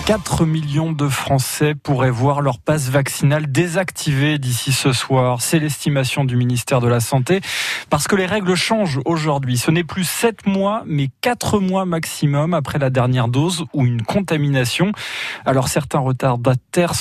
4 millions de Français pourraient voir leur passe vaccinal désactivé d'ici ce soir. C'est l'estimation du ministère de la Santé. Parce que les règles changent aujourd'hui. Ce n'est plus 7 mois, mais 4 mois maximum après la dernière dose ou une contamination. Alors certains retardataires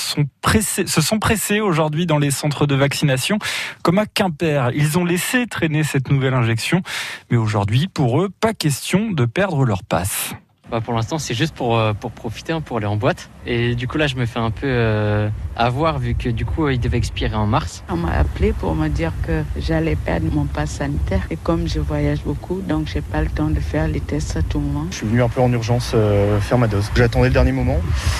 se sont pressés aujourd'hui dans les centres de vaccination, comme à Quimper. Ils ont laissé traîner cette nouvelle injection. Mais aujourd'hui, pour eux, pas question de perdre leur passe. Pour l'instant, c'est juste pour profiter, pour aller en boîte. Et du coup, là, je me fais un peu avoir vu que du coup, il devait expirer en mars. On m'a appelé pour me dire que j'allais perdre mon passe sanitaire. Et comme je voyage beaucoup, donc j'ai pas le temps de faire les tests à tout moment. Je suis venu un peu en urgence faire ma dose. J'attendais le dernier moment.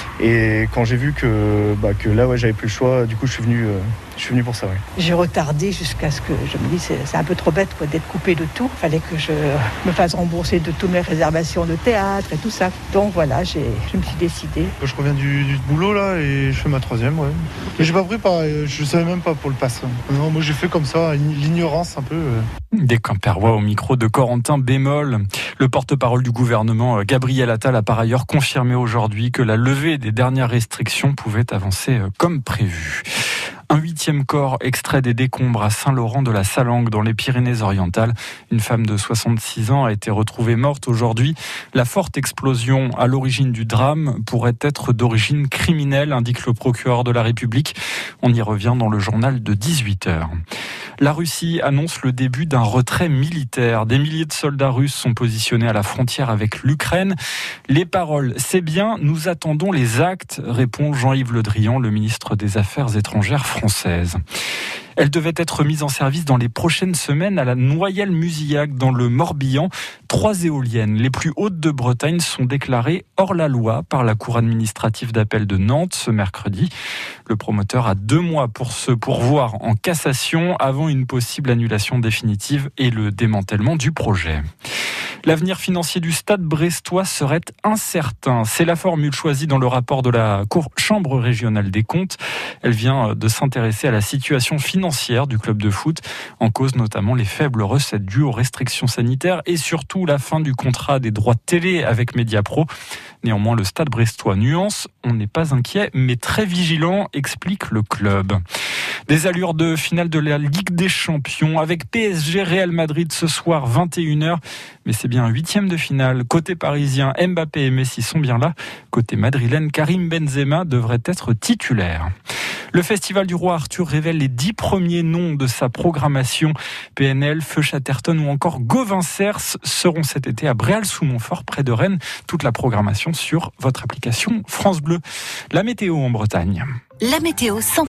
Et quand j'ai vu que là, j'avais plus le choix, du coup, je suis venu pour ça. Ouais. J'ai retardé jusqu'à ce que je me dise c'est un peu trop bête d'être coupé de tout. Il fallait que je me fasse rembourser de toutes mes réservations de théâtre et tout ça. Donc voilà, je me suis décidée. Je reviens du boulot là et je fais ma 3e. Ouais. Mais j'ai pas pris pareil, je savais même pas pour le pass. Non, moi j'ai fait comme ça, l'ignorance un peu. Des Quimperois au micro de Corentin Bémol. Le porte-parole du gouvernement, Gabriel Attal, a par ailleurs confirmé aujourd'hui que la levée des dernières restrictions pouvait avancer comme prévu. Un 8e corps extrait des décombres à Saint-Laurent de la Salangue dans les Pyrénées-Orientales. Une femme de 66 ans a été retrouvée morte aujourd'hui. La forte explosion à l'origine du drame pourrait être d'origine criminelle, indique le procureur de la République. On y revient dans le journal de 18h. La Russie annonce le début d'un retrait militaire. Des milliers de soldats russes sont positionnés à la frontière avec l'Ukraine. Les paroles, c'est bien, nous attendons les actes, répond Jean-Yves Le Drian, le ministre des Affaires étrangères française. Elle devait être mise en service dans les prochaines semaines à la Noyelles-Musillac dans le Morbihan. 3 éoliennes, les plus hautes de Bretagne, sont déclarées hors la loi par la Cour administrative d'appel de Nantes ce mercredi. Le promoteur a 2 mois pour se pourvoir en cassation avant une possible annulation définitive et le démantèlement du projet. L'avenir financier du Stade brestois serait incertain. C'est la formule choisie dans le rapport de la Chambre régionale des comptes. Elle vient de s'intéresser à la situation financière du club de foot, en cause notamment les faibles recettes dues aux restrictions sanitaires et surtout la fin du contrat des droits de télé avec Mediapro. Néanmoins, le Stade brestois nuance, on n'est pas inquiet, mais très vigilant, explique le club. Des allures de finale de la Ligue des Champions avec PSG Real Madrid ce soir 21h. Mais c'est bien un 8e de finale. Côté parisien, Mbappé et Messi sont bien là. Côté madrilène, Karim Benzema devrait être titulaire. Le Festival du Roi Arthur révèle les 10 premiers noms de sa programmation. PNL, Feu Chatterton ou encore Gauvin Cers seront cet été à Bréal-sous-Montfort, près de Rennes. Toute la programmation sur votre application France Bleu. La météo en Bretagne. La météo 100%